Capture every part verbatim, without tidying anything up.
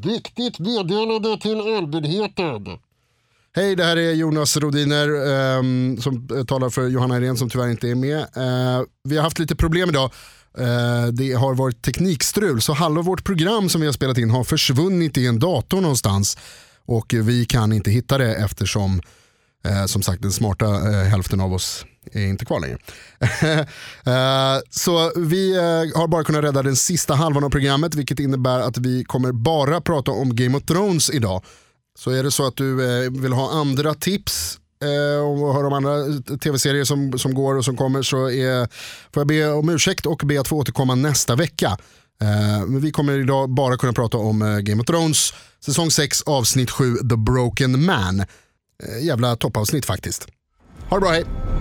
Viktigt meddelande till allmänheten. Hej, det här är Jonas Rodiner um, som talar för Johanna Irene som tyvärr inte är med. Uh, vi har haft lite problem idag. Uh, det har varit teknikstrul, så halva vårt program som vi har spelat in har försvunnit i en dator någonstans. Och vi kan inte hitta det eftersom uh, som sagt den smarta uh, hälften av oss är inte kvar längre. uh, så vi uh, har bara kunnat rädda den sista halvan av programmet, vilket innebär att vi kommer bara prata om Game of Thrones idag. Så är det så att du eh, vill ha andra tips eh, och höra om andra tv-serier som, som går och som kommer, så är, får jag be om ursäkt och be att få återkomma nästa vecka. Eh, men vi kommer idag bara kunna prata om eh, Game of Thrones, säsong sex, avsnitt sju, The Broken Man. Eh, jävla toppavsnitt faktiskt. Ha det bra, hej!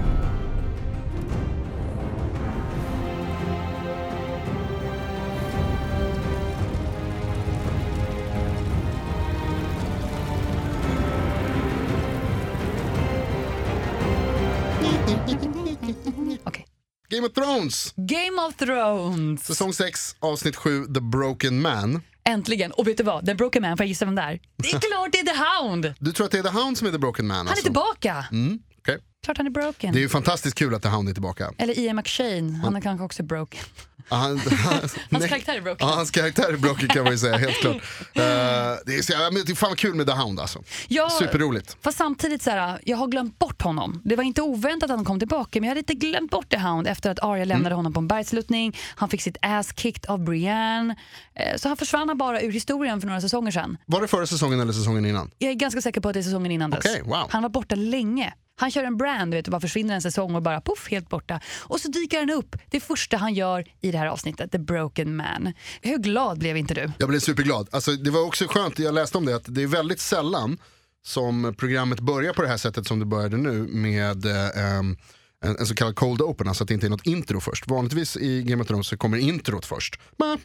Okay. Game of Thrones. Game of Thrones. Säsong sex, avsnitt sju, The Broken Man. Äntligen. Och vet du vad? The Broken Man, får jag gissa vem det är? Det är klart det är The Hound. Du tror att det är The Hound som är The Broken Man? Han alltså? är tillbaka. Mm, okay. Klart han är broken. Det är ju fantastiskt kul att The Hound är tillbaka. Eller Ian McShane, han är kanske också broken. Han, hans nej, karaktär är broken. Ja, hans karaktär är broken kan man ju säga, helt klart. Uh, det, är, så, ja, men det är fan vad kul med The Hound alltså. Ja, superroligt. Fast samtidigt så här, jag har glömt bort honom. Det var inte oväntat att han kom tillbaka, men jag hade inte glömt bort The Hound efter att Arya lämnade mm. honom på en bergsluttning. Han fick sitt ass kicked av Brienne. Så han försvann bara ur historien för några säsonger sedan. Var det förra säsongen eller säsongen innan? Jag är ganska säker på att det är säsongen innan dess. Okay, wow. Han var borta länge. Han kör en brand, du vet, och bara försvinner en säsong och bara puff, helt borta. Och så dyker han upp. Det första han gör i det här avsnittet, The Broken Man. Hur glad blev inte du? Jag blev superglad. Alltså, det var också skönt, jag läste om det, att det är väldigt sällan som programmet börjar på det här sättet som det började nu med eh, en, en så kallad cold open, alltså att det inte är något intro först. Vanligtvis i Game of Thrones så kommer introt först.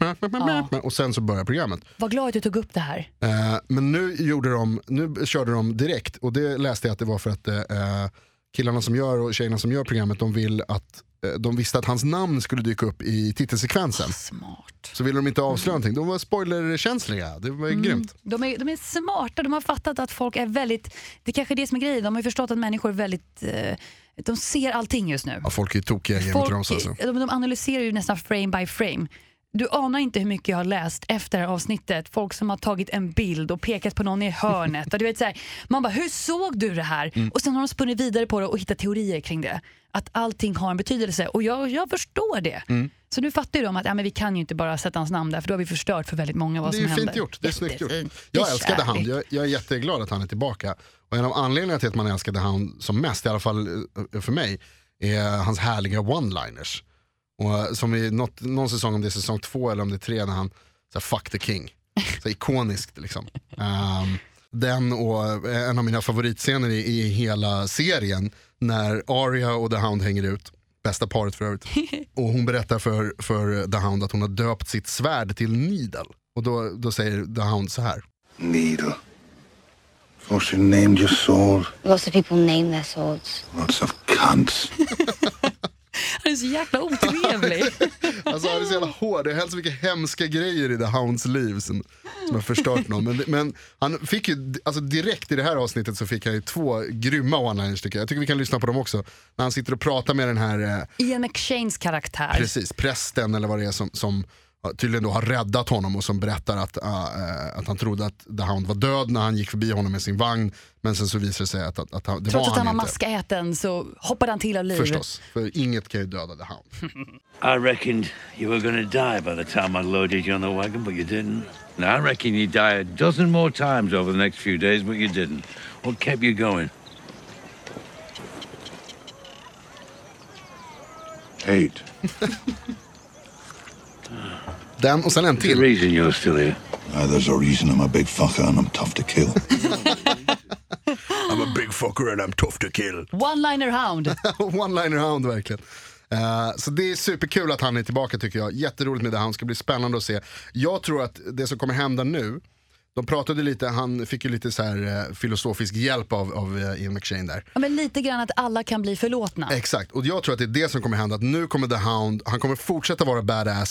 Ja. Och sen så börjar programmet. Vad glad att du tog upp det här. Eh, men nu gjorde de, nu körde de direkt, och det läste jag att det var för att eh, killarna som gör och tjejerna som gör programmet, de vill att eh, de visste att hans namn skulle dyka upp i titelsekvensen. Oh, smart. Så ville de inte avslöja mm. någonting. De var spoilerkänsliga. Det var mm. grymt. De är, de är smarta, de har fattat att folk är väldigt, det är kanske är det som är grejen, de har ju förstått att människor är väldigt eh, de ser allting just nu. Ja, folk är tokiga i Game of Thrones alltså. de, de analyserar ju nästan frame by frame. Du anar inte hur mycket jag har läst efter det här avsnittet. Folk som har tagit en bild och pekat på någon i hörnet. Och du vet, så här, man bara, hur såg du det här? Mm. Och sen har de spunnit vidare på det och hittat teorier kring det. Att allting har en betydelse. Och jag, jag förstår det. Mm. Så nu fattar de att ja, men vi kan ju inte bara sätta hans namn där, för då har vi förstört för väldigt många vad som händer. Det är ju fint gjort, det är snyggt gjort. Jag älskade han, jag, jag är jätteglad att han är tillbaka. Och en av anledningarna till att man älskade han som mest, i alla fall för mig, är hans härliga one-liners. Och som i något, någon säsong, om det är säsong två eller om det är tre, när han så här, fuck the king. Så ikoniskt liksom. Um, den och en av mina favoritscener i, i hela serien, när Arya och The Hound hänger ut. Bästa paret för övrigt. Och hon berättar för, för The Hound att hon har döpt sitt svärd till Needle. Och då, då säger The Hound så här. Needle. So she named your sword. Lots of people name their swords. Lots of cunts. Han är så jäkla otrevlig. Alltså han är så jävla hård. Det är helt så mycket hemska grejer i The Hounds liv som, som har förstört någon. Men, men han fick ju, alltså direkt i det här avsnittet så fick han ju två grymma one-liners tycker jag. Jag tycker vi kan lyssna på dem också. När han sitter och pratar med den här eh, Ian McShanes karaktär. Precis, prästen eller vad det är som, som tydligen då har räddat honom och som berättar att, uh, att han trodde att The Hound var död när han gick förbi honom med sin vagn, men sen så visade det sig att, att, att han, det trots var att han var inte. maskäten så hoppade han till av liv. Förstås, för inget kan ju döda The Hound. I reckoned you were gonna die by the time I loaded you on the wagon, but you didn't. Now I reckon you die a dozen more times over the next few days, but you didn't. What kept you going? Hate. Den och sen en till. The reason you're still here. Uh, there's a reason I'm a big fucker and I'm tough to kill. I'm a big fucker and I'm tough to kill. One-liner Hound. One-liner Hound, verkligen. Uh, så det är superkul att han är tillbaka tycker jag. Jätteroligt med det. Han ska bli spännande att se. Jag tror att det som kommer hända nu, de pratade lite, han fick ju lite så här uh, filosofisk hjälp av, av uh, Ian McShane där. Ja, men lite grann att alla kan bli förlåtna. Exakt, och jag tror att det är det som kommer hända. Att nu kommer The Hound, han kommer fortsätta vara badass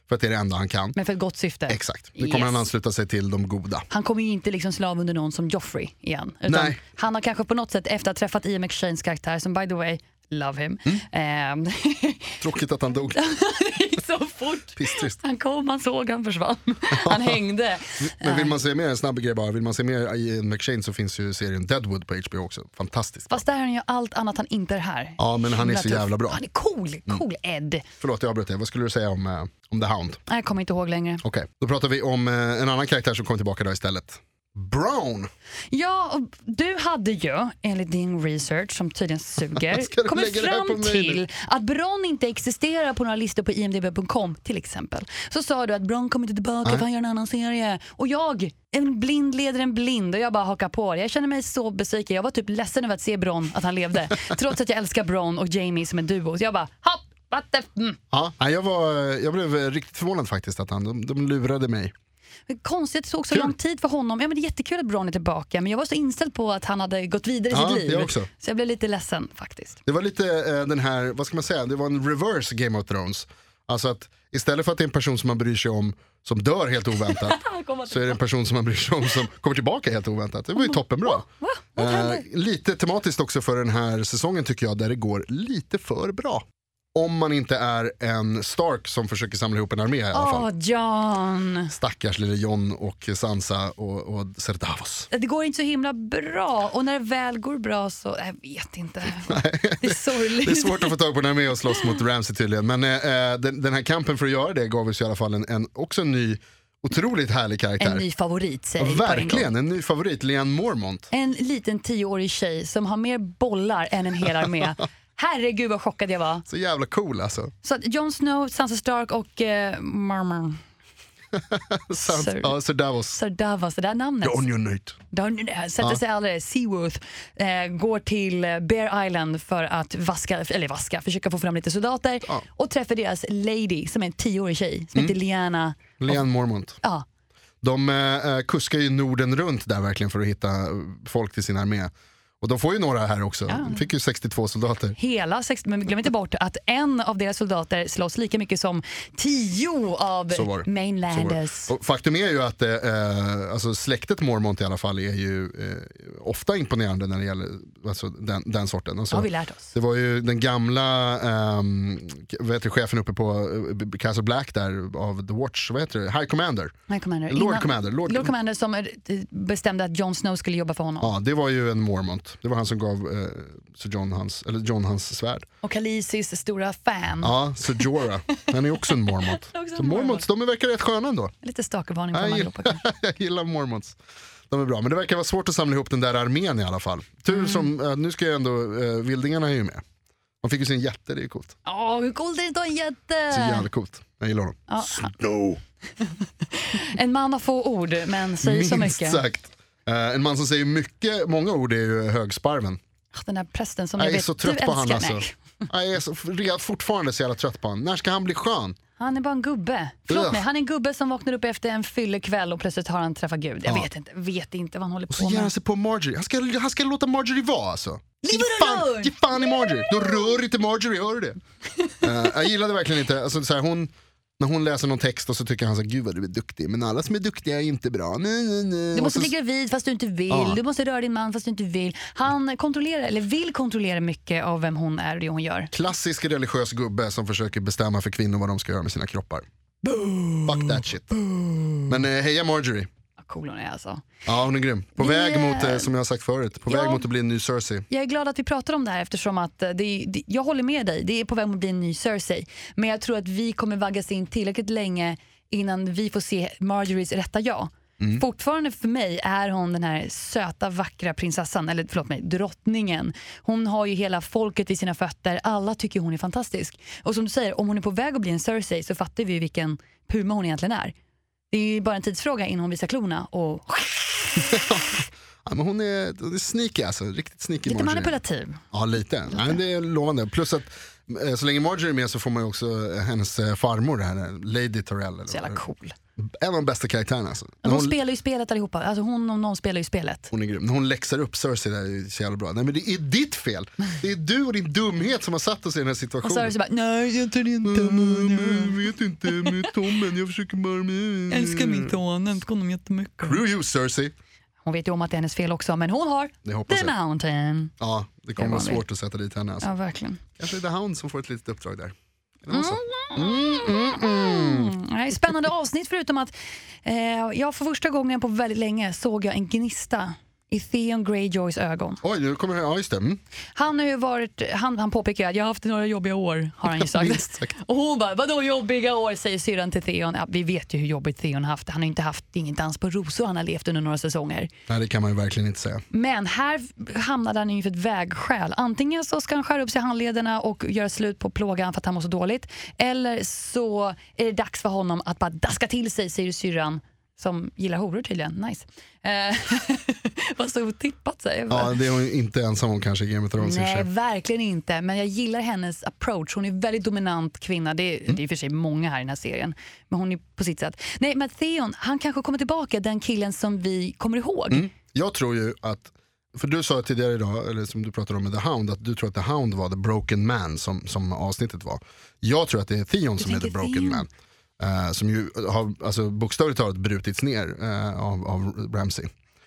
för att det är det enda han kan. Men för ett gott syfte. Exakt, nu kommer Yes. han ansluta sig till de goda. Han kommer ju inte liksom slav under någon som Joffrey igen. Utan Nej. han har kanske på något sätt efter att ha träffat Ian McShanes karaktär, som by the way, love him. Mm. Um, Tråkigt att han dog. det gick så fort. Pisstrist. Han kom, han såg, han försvann. Han hängde. Men vill man se mer, en snabb grej bara, vill man se mer i Ian McShane så finns ju serien Deadwood på H B O också. Fantastiskt. Fast där är han ju allt annat han inte är här. Ja, men han är så Himla jävla tuff. bra. Han är cool, cool Ed. Förlåt, jag avbröt dig. Vad skulle du säga om, eh, om The Hound? Jag kommer inte ihåg längre. Okej, då pratar vi om eh, en annan karaktär som kommer tillbaka då istället. Brown. Ja, och du hade ju, enligt din research som tydligen suger, Ska du kommit lägga det här på fram mig till nu? att Bronn inte existerar på några listor på I M D B punkt com till exempel. Så sa du att Bronn kommer inte tillbaka för han gör en annan serie. Och jag, en blind leder en blind, och jag bara hakar på det. Jag känner mig så besviken. Jag var typ ledsen över att se Bronn, att han levde. Trots att jag älskar Bronn och Jamie som en duo. Så jag bara, hopp, what the... Mm. Ja, nej, jag, var, jag blev riktigt förvånad faktiskt att han, de, de lurade mig. Konstigt, det tog så Kul. lång tid för honom. Ja, men det är jättekul att Bronn är tillbaka, men jag var så inställd på att han hade gått vidare i Ja, sitt liv. jag också. Så jag blev lite ledsen faktiskt. Det var lite eh, den här, vad ska man säga, det var en reverse Game of Thrones. Alltså att istället för att det är en person som man bryr sig om som dör helt oväntat så är det en person som man bryr sig om som kommer tillbaka helt oväntat. Det var ju toppenbra. Va? Vad Eh, hände? lite tematiskt också för den här säsongen tycker jag, där det går lite för bra. Om man inte är en Stark som försöker samla ihop en armé i alla fall. Åh, John. Stackars lille Jon och Sansa och, och Ser Davos. Det går inte så himla bra. Och när det väl går bra så, jag vet inte. Det är sorgligt. Det är svårt att få tag på en armé och slåss mot Ramsay tydligen. Men eh, den, den här kampen för att göra det gav oss i alla fall en, en, också en ny, otroligt härlig karaktär. En ny favorit, säger Ja, jag på en gång. verkligen, en ny favorit, Leanne Mormont. En liten tioårig tjej som har mer bollar än en hel armé. Herregud vad chockad jag var. Så jävla cool alltså. Så att Jon Snow, Sansa Stark och eh, Marmor. Sant. Sir- Ja, Ser Davos. Sir Davos, det där namnet. The Onion Knight. De sätter Ja. sig alldeles, Seaworth eh, går till Bear Island för att vaska, eller vaska, försöka få fram lite soldater Ja. och träffar deras lady som är en tioårig tjej som heter Lyanna. Leanne Mormont. Ja, De eh, kuskar ju Norden runt där verkligen för att hitta eh, folk till sin armé. Och de får ju några här också. De fick ju sextiotvå soldater. hela sextio, men glöm inte bort att en av deras soldater slåss lika mycket som tio av Så var det. Så var mainlanders. det. Och faktum är ju att eh, alltså släktet Mormont i alla fall är ju eh, ofta imponerande när det gäller alltså, den, den sorten. Alltså, Har vi lärt oss. det var ju den gamla um, vad heter det, chefen uppe på uh, Castle Black där av The Watch, vad heter det? High Commander. High Commander. Lord Innan- Commander. Lord, Lord Commander som eh, bestämde att Jon Snow skulle jobba för honom. Ja, det var ju en Mormont. Det var han som gav eh, Sir John hans, eller John hans svärd. Och Khaleesis stora fan. Ja, Sir Jorah. Han är också en Mormont. Också en Så Mormonts, de verkar rätt sköna ändå. Lite stalkervarning på Jag de gillar, allihopa. jag gillar Mormons. De är bra, men det verkar vara svårt att samla ihop den där armén i alla fall. Tur Mm. som, eh, nu ska jag ändå, eh, vildingarna är ju med. De fick ju sin jätte, det är coolt. Åh, hur coolt är det inte att ha en jätte? Så jävla coolt. Jag gillar honom. Ja, No. en man har få ord, men säger så Minst mycket. sagt. Eh, en man som säger mycket, många ord är ju Högsparven. Ah, den där prästen som Jag jag är vet så du trött på han älskar. alltså. Nej, Jag är så, redan fortfarande så jävla trött på han. När ska han bli skön? han är bara en gubbe. Förlåt Ugh. mig, han är en gubbe som vaknar upp efter en fyllekväll och plötsligt har han träffat Gud. Jag Ja. vet inte, vet inte vad han håller Och så på ger han med. sig på Marjorie. Han ska, han ska låta Marjorie vara alltså. Leave Ge her fan, alone! ge fan i Marjorie. De rör inte Marjorie, hör du det? uh, jag gillade verkligen inte, alltså, så här, hon, när hon läser någon text och så tycker han så här, gud vad du är duktig, men alla som är duktiga är inte bra. Nej, nej, nej. Du Och måste så, bli gravid fast du inte vill. Ja. Du måste röra din man fast du inte vill. Han kontrollerar, eller vill kontrollera mycket av vem hon är och det hon gör. klassisk religiös gubbe som försöker bestämma för kvinnor vad de ska göra med sina kroppar. Fuck that shit. Men eh, heja Marjorie. Vad cool hon är alltså. Ja, hon är grym. På Det- väg mot, eh, som jag har sagt förut, på Ja. väg mot att bli en ny Cersei. Jag är glad att vi pratar om det här eftersom att eh, det, är- det, jag håller med dig. Det är på väg att bli en ny Cersei. Men jag tror att vi kommer vaggas in tillräckligt länge innan vi får se Marjories rätta jag. Mm. Fortfarande för mig är hon den här söta, vackra prinsessan, eller förlåt mig, drottningen. Hon har ju hela folket vid sina fötter. Alla tycker hon är fantastisk. Och som du säger, om hon är på väg att bli en Cersei så fattar vi vilken puma hon egentligen är. Det är ju bara en tidsfråga innan hon visar klorna och Ja, men hon är, hon är sneaky alltså, riktigt sneaky lite Marjorie. manipulativ. Ja, lite. Ja, men det är lovande. Plus att eh, så länge Marjorie är med så får man ju också eh, hennes eh, farmor, det här, Lady Tyrell. Eller Så jävla vad det är. cool. En av de bästa karaktärerna alltså. De hon, spelar ju spelet allihopa. Alltså hon och någon spelar ju spelet. hon är grym. När hon läxar upp Cersei där är så jävla bra. Nej men det är ditt fel. Det är du och din dumhet som har satt oss i den här situationen. Och Cersei bara, nej jag tar inte Jag vet inte med Tommen, jag försöker bara med. älskar min son, älskar honom jättemycket. Screw you Cersei. Hon vet ju om att det är hennes fel också, men hon har Det hoppas The jag. Mountain. Ja, det kommer Det vara var svårt att sätta dit henne alltså. Ja, verkligen. Kanske The Hound som får ett litet uppdrag där. Eller något så. Mm. Nej, spännande avsnitt förutom att eh, jag för första gången på väldigt länge såg jag en gnista i Theon Greyjoys ögon. Oj, nu kommer ja just det. Mm. Han har ju varit, han, han påpekar att jag har haft några jobbiga år, har han ju sagt. Minst sagt. Och hon bara, vadå jobbiga år, säger syrran till Theon. Ja, vi vet ju hur jobbigt Theon har haft. Han har inte haft ingen dans på rosor, han har levt under några säsonger. Nej, det kan man ju verkligen inte säga. Men här hamnade han inför ett vägskäl. Antingen så ska han skära upp sig i handlederna och göra slut på plågan för att han mår så dåligt. Eller så är det dags för honom att bara daska till sig, säger syrran. Som gillar horor tydligen, nice. Vad så tippat sig. Ja, det är hon inte ensam om kanske i Game of Thrones. Nej, verkligen inte. Men jag gillar hennes approach. Hon är väldigt dominant kvinna. Det är, mm. det är för sig många här i den här serien. Men hon är på sitt sätt. Nej, men Theon, han kanske kommer tillbaka, den killen som vi kommer ihåg. Mm. Jag tror ju att, för du sa tidigare idag, eller som du pratade om med The Hound, att du tror att The Hound var the broken man som, som avsnittet var. Jag tror att det är Theon du som är the broken Theon. man. Uh, som ju har alltså, bokstavligt talat brutits ner uh, av, av Ramsay.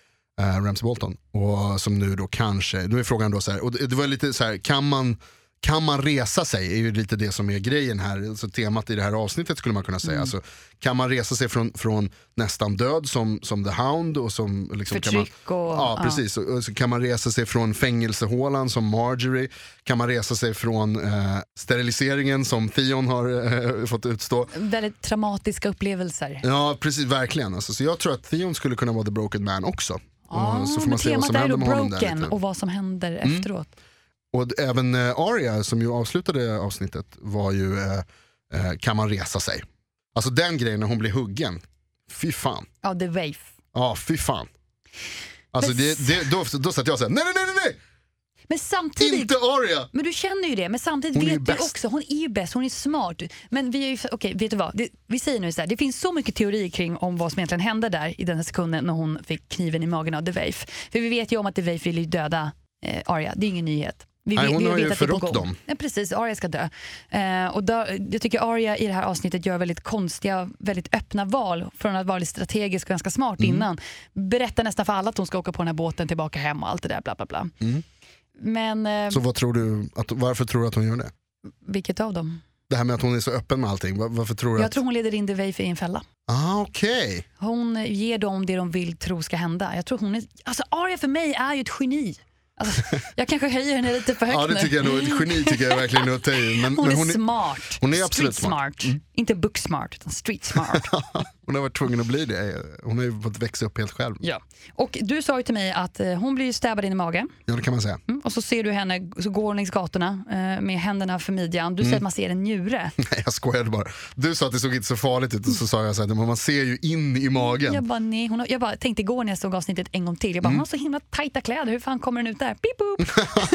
Uh, Ramsay Bolton. Och som nu då kanske, nu är frågan då så här, och det, det var lite så här, kan man Kan man resa sig är ju lite det som är grejen här, alltså temat i det här avsnittet skulle man kunna säga. Mm. Alltså, kan man resa sig från, från nästan död som, som The Hound och som liksom, kan man, och, ja, precis. Och, och så kan man resa sig från fängelsehålan som Marjorie, kan man resa sig från eh, steriliseringen som Theon har eh, fått utstå. Väldigt traumatiska upplevelser. Ja, precis, verkligen. Alltså, så jag tror att Theon skulle kunna vara the broken man också. Ja, och så får man se vad som temat är händer då med honom där broken lite. och vad som händer Mm. efteråt. Och även eh, Arya som ju avslutade avsnittet var ju eh, eh, kan man resa sig. Alltså den grejen när hon blir huggen. Fy fan. Ja, The Waif. Ja, fy fan. Alltså Men... det, det, då, då satt jag och sa nej, nej, nej, nej. Men samtidigt, inte Arya. Men du känner ju det, men samtidigt Hon är ju vet du bäst. också, hon är ju bäst, hon är smart. Men vi är ju, okej, vet du vad? Det, vi säger nu så här, det finns så mycket teori kring om vad som egentligen hände där i den här sekunden när hon fick kniven i magen av The Waif. För vi vet ju om att The Waif ville döda eh, Arya, det är ingen nyhet. Vi, Nej, hon vi har ju vet att det är på förrått gång. dem. Ja, precis, Arya ska dö. Eh, och då, jag tycker Arya i det här avsnittet gör väldigt konstiga, väldigt öppna val från att vara lite strategisk och ganska smart Mm. innan. Berättar nästan för alla att hon ska åka på den här båten tillbaka hem och allt det där, bla bla bla. Mm. Men eh, Så vad tror du, att, varför tror du att hon gör det? vilket av dem? Det här med att hon är så öppen med allting, var, varför tror du Jag att... tror hon leder in The Waif i en fälla. Ah, okej. Okay. Hon ger dem det de vill tro ska hända. Jag tror hon är... Alltså Arya för mig är ju ett geni. Alltså, jag kanske höjer henne lite för högt Ja, det tycker jag nog. Ett geni tycker jag verkligen är att ta i. Men, hon, men är hon är smart. Hon är absolut street smart. smart. Mm. Inte book smart, utan street smart. Hon har varit tvungen att bli det. Hon har ju fått växa upp helt själv. Ja. Och du sa ju till mig att eh, hon blir stäbbad in i magen. Ja, det kan man säga. Mm. Och så ser du henne, så går hon längs gatorna eh, med händerna för midjan. Du Mm. säger att man ser en njure. Nej, jag skojade bara. Du sa att det såg inte så farligt ut och så sa jag så här, men man ser ju in i magen. Jag bara, nej. Hon har, jag bara tänkte igår när jag såg avsnittet en gång till. Jag bara, Mm. hon har så himla tajta kläder. Hur fan kommer den ut där? Beep boop.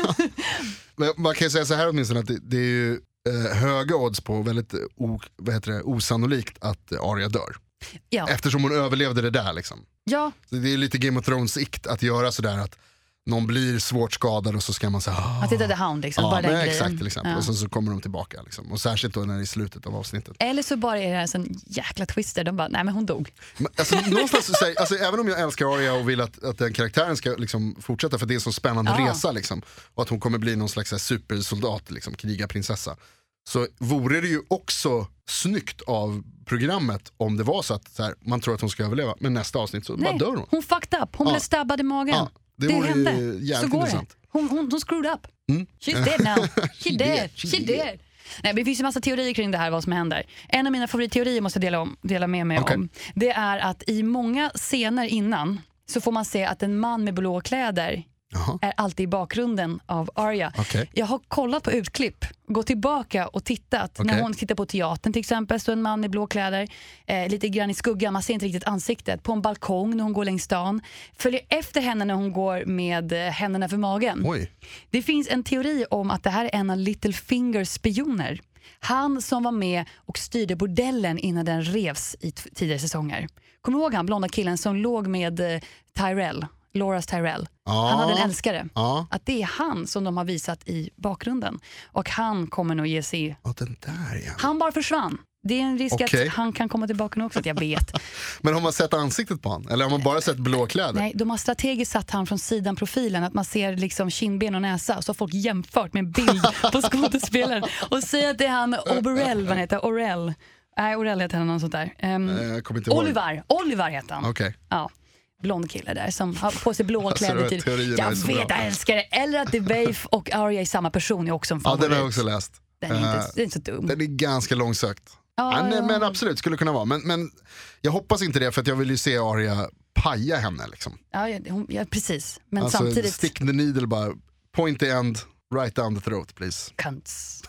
Men man kan ju säga så här åtminstone att det, det är ju eh, höga odds på väldigt o, vad heter det, osannolikt att eh, Arya dör. Ja. Eftersom hon överlevde det där liksom. Ja. Så det är lite Game of Thrones-ikt att göra sådär att någon blir svårt skadad och så ska man säga Att det är The Hound liksom, ja, bara den men grejen. exakt till exempel. Ja. Och sen så kommer de tillbaka liksom. Och särskilt då när det är i slutet av avsnittet. Eller så bara är det en sån jäkla twister. De bara, nej men hon dog. Men, alltså, någonstans så säger, alltså, även om jag älskar Arya och vill att, att den karaktären ska liksom, fortsätta för det är en så spännande Ja. resa liksom, och att hon kommer bli någon slags så här, supersoldat, liksom, krigarprinsessa, så vore det ju också snyggt av programmet om det var så att så här, man tror att hon ska överleva, men nästa avsnitt så bara Nej, dör hon. hon fucked up. Hon Ja. blev stabbad i magen. Ja, det det vore ju hände. jävligt Så går intressant. det. Hon, hon, hon screwed up. Mm. She's dead now. She dead. dead. She She dead. dead. Nej, det finns ju massa teorier kring det här, vad som händer. En av mina favoritteorier måste jag dela, om, dela med mig Okay. om. Det är att i många scener innan så får man se att en man med blå kläder Jaha. är alltid i bakgrunden av Arya. Okay. Jag har kollat på utklipp, gått tillbaka och tittat. Okay. När hon tittar på teatern till exempel, så en man i blå kläder, eh, lite grann i skugga, man ser inte riktigt ansiktet. På en balkong när hon går längs stan. Följer efter henne när hon går med eh, händerna för magen. Oj. Det finns en teori om att det här är en av Littlefingers spioner. Han som var med och styrde bordellen innan den revs i t- tidigare säsonger. Kommer du ihåg han, blonda killen som låg med eh, Tyrell, Loras Tyrell? Ja. Han hade en älskare. Ja. Att det är han som de har visat i bakgrunden. Och han kommer nog ge sig... Ja, den där, ja. Han bara försvann. Det är en risk Okay. att han kan komma tillbaka nu också, att jag vet. Men har man sett ansiktet på han? Eller har man bara sett blå kläder? Nej, de har strategiskt satt han från sidan profilen, att man ser liksom kindben och näsa, så har folk jämfört med en bild på skådespelaren och säger att det är han Oberell, vad han heter, Orell. Nej, Orell heter han, någon sånt där. Um, Jag kommer inte ihåg. Oliver, Oliver heter han. Okej. Ja. Blond kille där som har på sig blå Alltså, kläder de här till. teorierna är Jag så vet, bra. jag älskar det. Eller att Dave och Arya är samma person är också en Ja, favorit. den har jag också läst. Den är inte, Eh, den är inte så dum. Den är ganska långsökt. Ja, Ja, nej, ja. men absolut, skulle kunna vara. Men, men jag hoppas inte det, för att jag vill ju se Arya paja henne. Liksom. Ja, ja, hon, ja, precis. Men Alltså, samtidigt... stick the needle bara. Point the end, right down the throat, please. Cunts.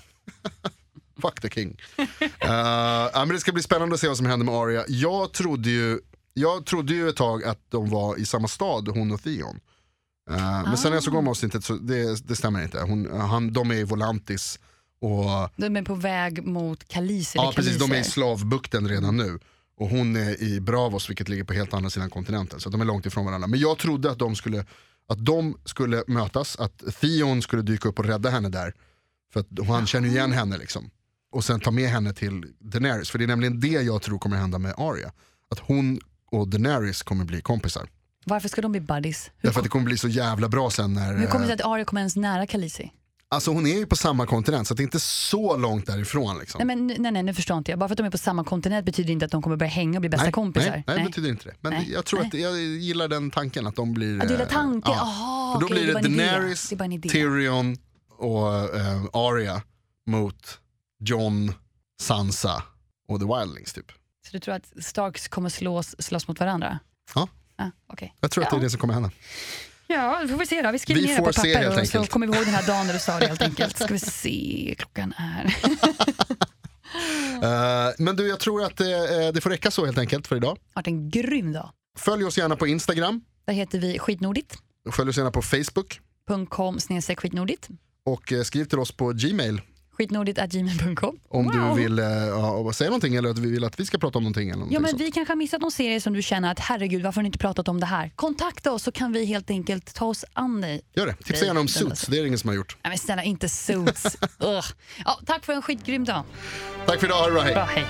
Fuck the king. uh, ja, men det ska bli spännande att se vad som händer med Arya. Jag trodde ju, jag trodde ju ett tag att de var i samma stad, hon och Theon. Uh, men sen när jag såg om avsnittet så det, det stämmer inte. Hon, han, de är i Volantis. Och, De är på väg mot Khaleesi. ja, eller precis, de är i Khaleesi. slavbukten redan nu. Och hon är i Bravos, vilket ligger på helt andra sidan kontinenten. Så de är långt ifrån varandra. Men jag trodde att de skulle, att de skulle mötas, att Theon skulle dyka upp och rädda henne där. För att han känner ju igen henne liksom. Och sen ta med henne till Daenerys. För det är nämligen det jag tror kommer hända med Arya. Att hon och Daenerys kommer bli kompisar. Varför ska de bli buddies? Hur, Därför att det kommer bli så jävla bra sen när... hur kommer det sig eh, att Arya kommer ens nära Khaleesi? Alltså hon är ju på samma kontinent, så att det är inte så långt därifrån liksom. Nej, men, nej, nej, nu förstår inte jag. Bara för att de är på samma kontinent betyder inte att de kommer börja hänga och bli bästa nej, kompisar. Nej, nej, det betyder inte det. Men Nej. jag tror Nej. att jag gillar den tanken att de blir... Ja, du gillar eh, tanken? ja. Aha, För då okej, blir det, var en idé. Daenerys, Det är bara en idé. Tyrion och eh, Arya mot Jon, Sansa och The Wildlings typ. Så du tror att Starks kommer slås, slåss mot varandra? Ja. Ah, okay. Jag tror att det är Ja. det som kommer hända. Ja, då får vi se då. Vi skriver Vi ner det får på se, helt papper och så enkelt. kommer vi ihåg den här dagen när du sa det helt enkelt. Ska vi se, klockan är... Eh, men du, jag tror att det, det får räcka så helt enkelt för idag. Vart en grym dag. Följ oss gärna på Instagram. Där heter vi skitnordigt. Följ oss gärna på Facebook. .com snedstreck skitnordigt. Och eh, skriv till oss på Gmail skitnordigt at gmail punkt com. om Wow. du vill eh, ja, säga någonting eller att vi vill att vi ska prata om någonting. Eller någonting Ja, men sånt. vi kanske har missat någon serie som du känner att herregud, varför har ni inte pratat om det här? Kontakta oss så kan vi helt enkelt ta oss an dig. Gör det. Tipsa gärna om Suits, det är det ingen som har gjort. Nej men snälla, inte Suits. Ugh. Ja, tack för en skitgrym dag. Tack för idag, ha det bra, hej. Bra, hej.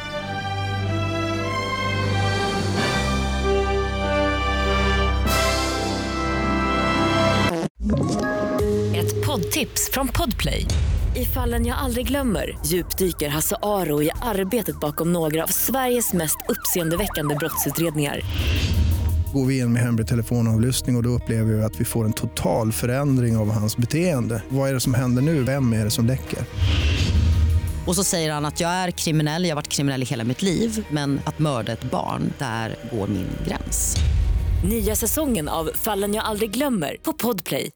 Ett poddtips från Podplay. I Fallen jag aldrig glömmer djupdyker Hasse Aro i arbetet bakom några av Sveriges mest uppseendeväckande brottsutredningar. Går vi in med hemlig telefonavlyssning och, och då upplever vi att vi får en total förändring av hans beteende. Vad är det som händer nu? Vem är det som läcker? Och så säger han att jag är kriminell, jag har varit kriminell i hela mitt liv. Men att mörda ett barn, där går min gräns. Nya säsongen av Fallen jag aldrig glömmer på Podplay.